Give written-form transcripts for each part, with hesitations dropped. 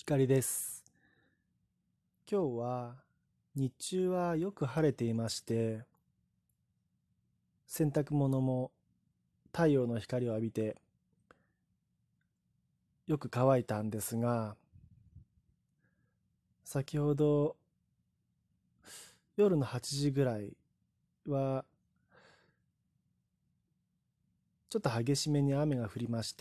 光です。今日は日中はよく晴れていまして、洗濯物も太陽の光を浴びてよく乾いたんですが、先ほど夜の8時ぐらいはちょっと激しめに雨が降りまして、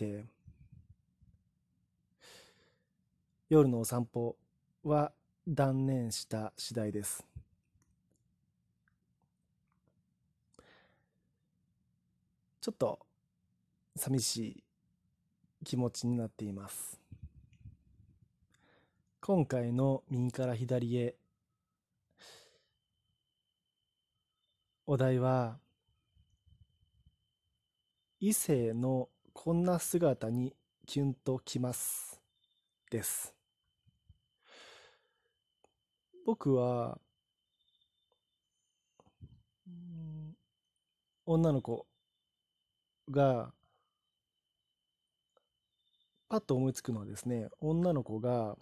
夜のお散歩は断念した次第です。ちょっと寂しい気持ちになっています。今回の右から左へお題は、異性のこんな姿にキュンときますです。僕は女の子がパッと思いつくのはですね、女の子が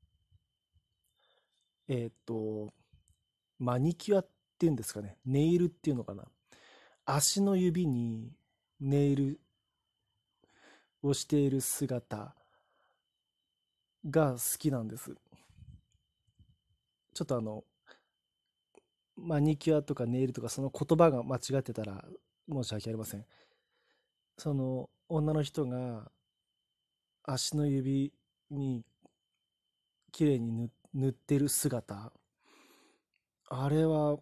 えーっとマニキュアっていうんですかね、ネイルっていうのかな、足の指にネイルをしている姿が好きなんです。ちょっとマニキュアとかネイルとかその言葉が間違ってたら申し訳ありません。その女の人が足の指に綺麗に塗ってる姿、あれは、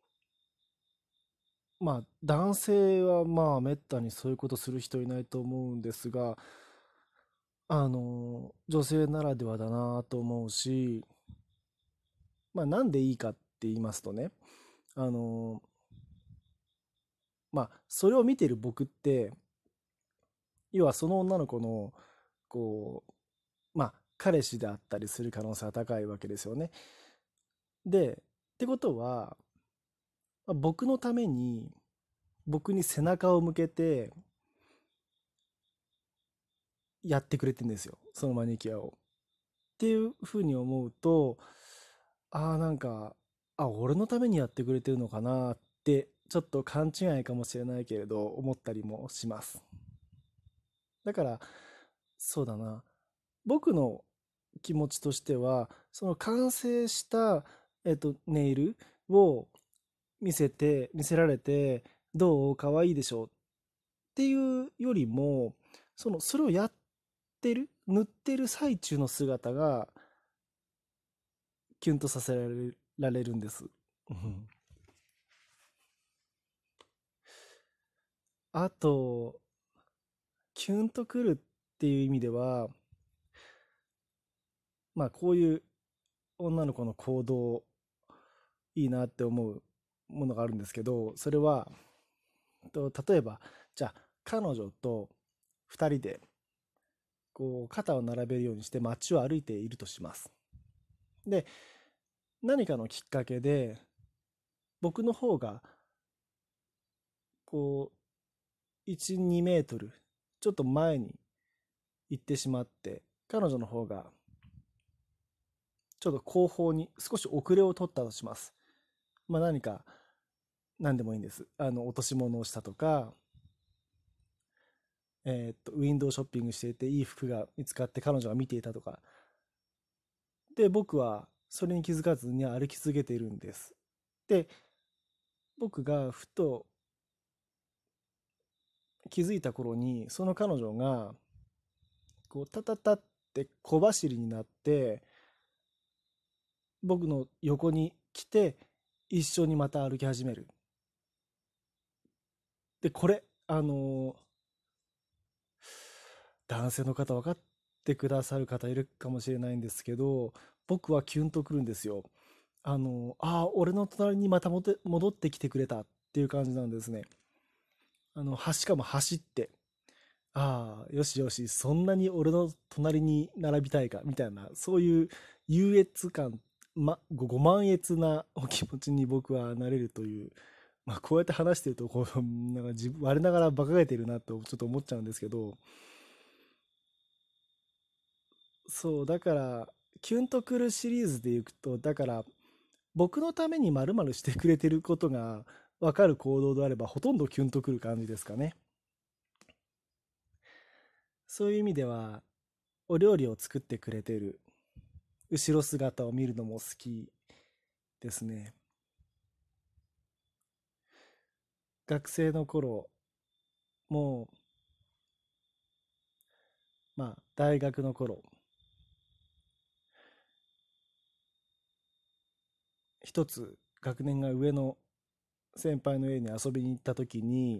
まあ男性はまあめったにそういうことする人いないと思うんですが、女性ならではだなと思うし、まあなんでいいかって言いますとね、あのまあそれを見てる僕って、要はその女の子のこまあ彼氏であったりする可能性は高いわけですよね。で、ってことは、まあ僕のために僕に背中を向けてやってくれてんですよ、そのマニキュアを。っていうふうに思うと、なんか、俺のためにやってくれてるのかなって、ちょっと勘違いかもしれないけれど、思ったりもします。だから、そうだな。僕の気持ちとしては、その完成した、ネイルを見せられて、どう可愛いでしょうっていうよりも、それをやってる、塗ってる最中の姿がキュンとさせられるんです。うん。あと、キュンとくるっていう意味では、まあこういう女の子の行動いいなって思うものがあるんですけど、それは、例えば、じゃあ彼女と2人でこう肩を並べるようにして街を歩いているとします。で、何かのきっかけで僕の方がこう1、2メートルちょっと前に行ってしまって、彼女の方がちょっと後方に少し遅れを取ったとします。まあ何か、何でもいいんです。落とし物をしたとか、ウィンドウショッピングしていていい服が見つかって彼女が見ていたとか。で、僕はそれに気づかずに歩き続けているんです。で、僕がふと気づいた頃に、その彼女が、こう、タタタって小走りになって、僕の横に来て、一緒にまた歩き始める。で、これ、男性の方分かってくださる方いるかもしれないんですけど、僕はキュンとくるんですよ。俺の隣にまた戻ってきてくれたっていう感じなんですね。しかも走って、よしよし、そんなに俺の隣に並びたいか、みたいな、そういう優越感、ご満悦なお気持ちに僕はなれるという、まあ、こうやって話してると、なんか我ながら馬鹿げてるなとちょっと思っちゃうんですけど、そう、だから、 キュンとくるシリーズでいくと、だから僕のために〇〇してくれてることが分かる行動であればほとんどキュンとくる感じですかね。そういう意味ではお料理を作ってくれてる後ろ姿を見るのも好きですね。学生の頃も、まあ大学の頃、一つ学年が上の先輩の家に遊びに行った時に、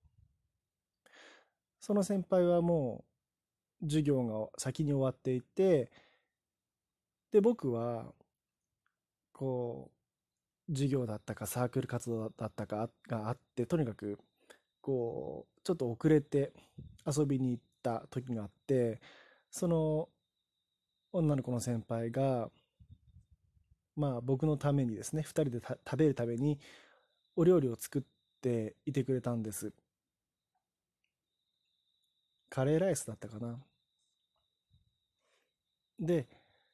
その先輩はもう授業が先に終わっていて、で僕はこ授業だったかサークル活動だったかがあって、とにかくちょっと遅れて遊びに行った時があって、その女の子の先輩がまあ僕のためにですね、2人で食べるためにお料理を作っていてくれたんです。カレーライスだったかな。で、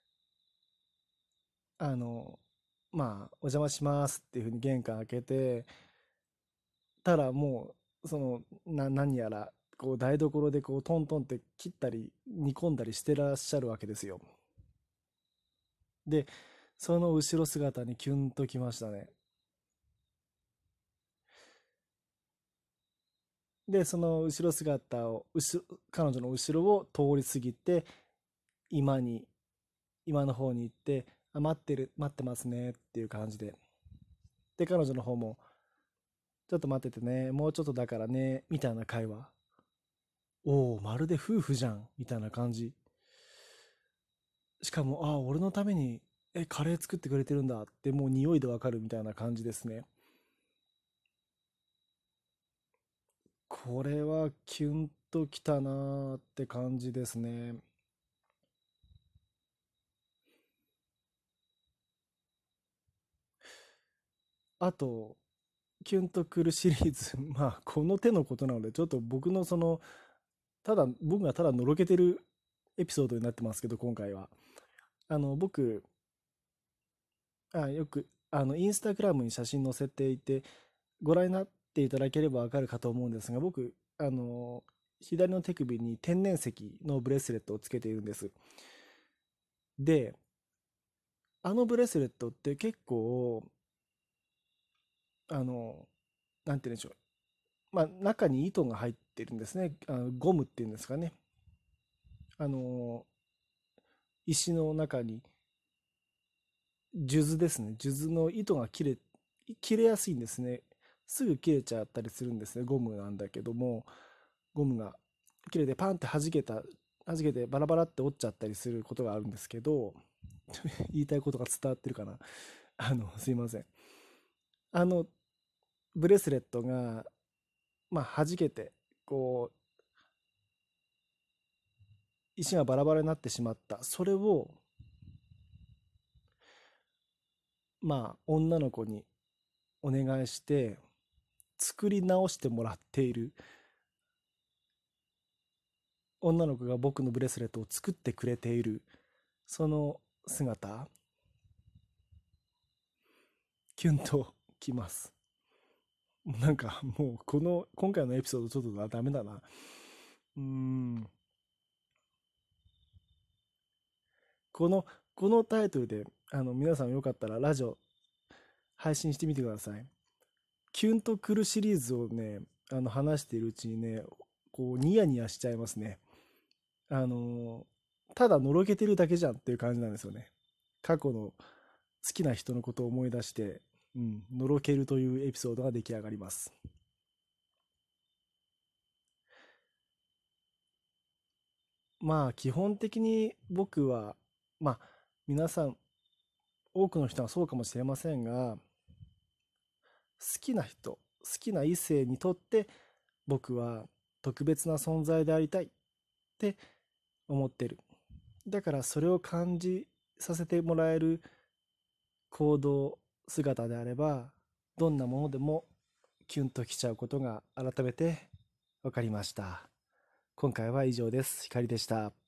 あのまあお邪魔しますっていうふうに玄関開けてたら、もう何やら台所でトントンって切ったり煮込んだりしてらっしゃるわけですよ。で、その後ろ姿にキュンときましたね。で、その後ろ姿を、彼女の後ろを通り過ぎて、今に、今の方に行って、待ってますねっていう感じで。で、彼女の方も、ちょっと待っててね、もうちょっとだからね、みたいな会話。おお、まるで夫婦じゃん、みたいな感じ。しかも、ああ、俺のために、カレー作ってくれてるんだって、もう匂いでわかるみたいな感じですね。これはキュンときたなーって感じですね。あと、キュンとくるシリーズ、まあ、この手のことなので、ちょっと僕の僕がただのろけてるエピソードになってますけど、今回は。僕、よく、インスタグラムに写真載せていて、ご覧になっていただければわかるかと思うんですが、僕、左の手首に天然石のブレスレットをつけているんです。で、あのブレスレットって結構、あの、なんて言うんでしょう。まあ、中に糸が入ってるんですね。ゴムっていうんですかね。あの、石の中に、数珠ですね。数珠の糸が切れやすいんですね。すぐ切れちゃったりするんですね。ゴムなんだけども、ゴムが切れてパンって弾けてバラバラって折っちゃったりすることがあるんですけど、言いたいことが伝わってるかな。すいません。あの、ブレスレットが、まあ、弾けて、こう、石がバラバラになってしまった。それを、まあ、女の子にお願いして、作り直してもらっている。女の子が僕のブレスレットを作ってくれている。その姿、キュンときます。なんかもう、今回のエピソードちょっとダメだな。うーん。この、このタイトルで、皆さんよかったらラジオ配信してみてください。キュンとくるシリーズをね、話しているうちにね、ニヤニヤしちゃいますね。あのただのろけてるだけじゃんっていう感じなんですよね。過去の好きな人のことを思い出して、うん、のろけるというエピソードが出来上がります。まあ、基本的に僕は、まあ、皆さん、多くの人はそうかもしれませんが、好きな人、好きな異性にとって僕は特別な存在でありたいって思ってる。だからそれを感じさせてもらえる行動、姿であれば、どんなものでもキュンときちゃうことが改めて分かりました。今回は以上です。ひかりでした。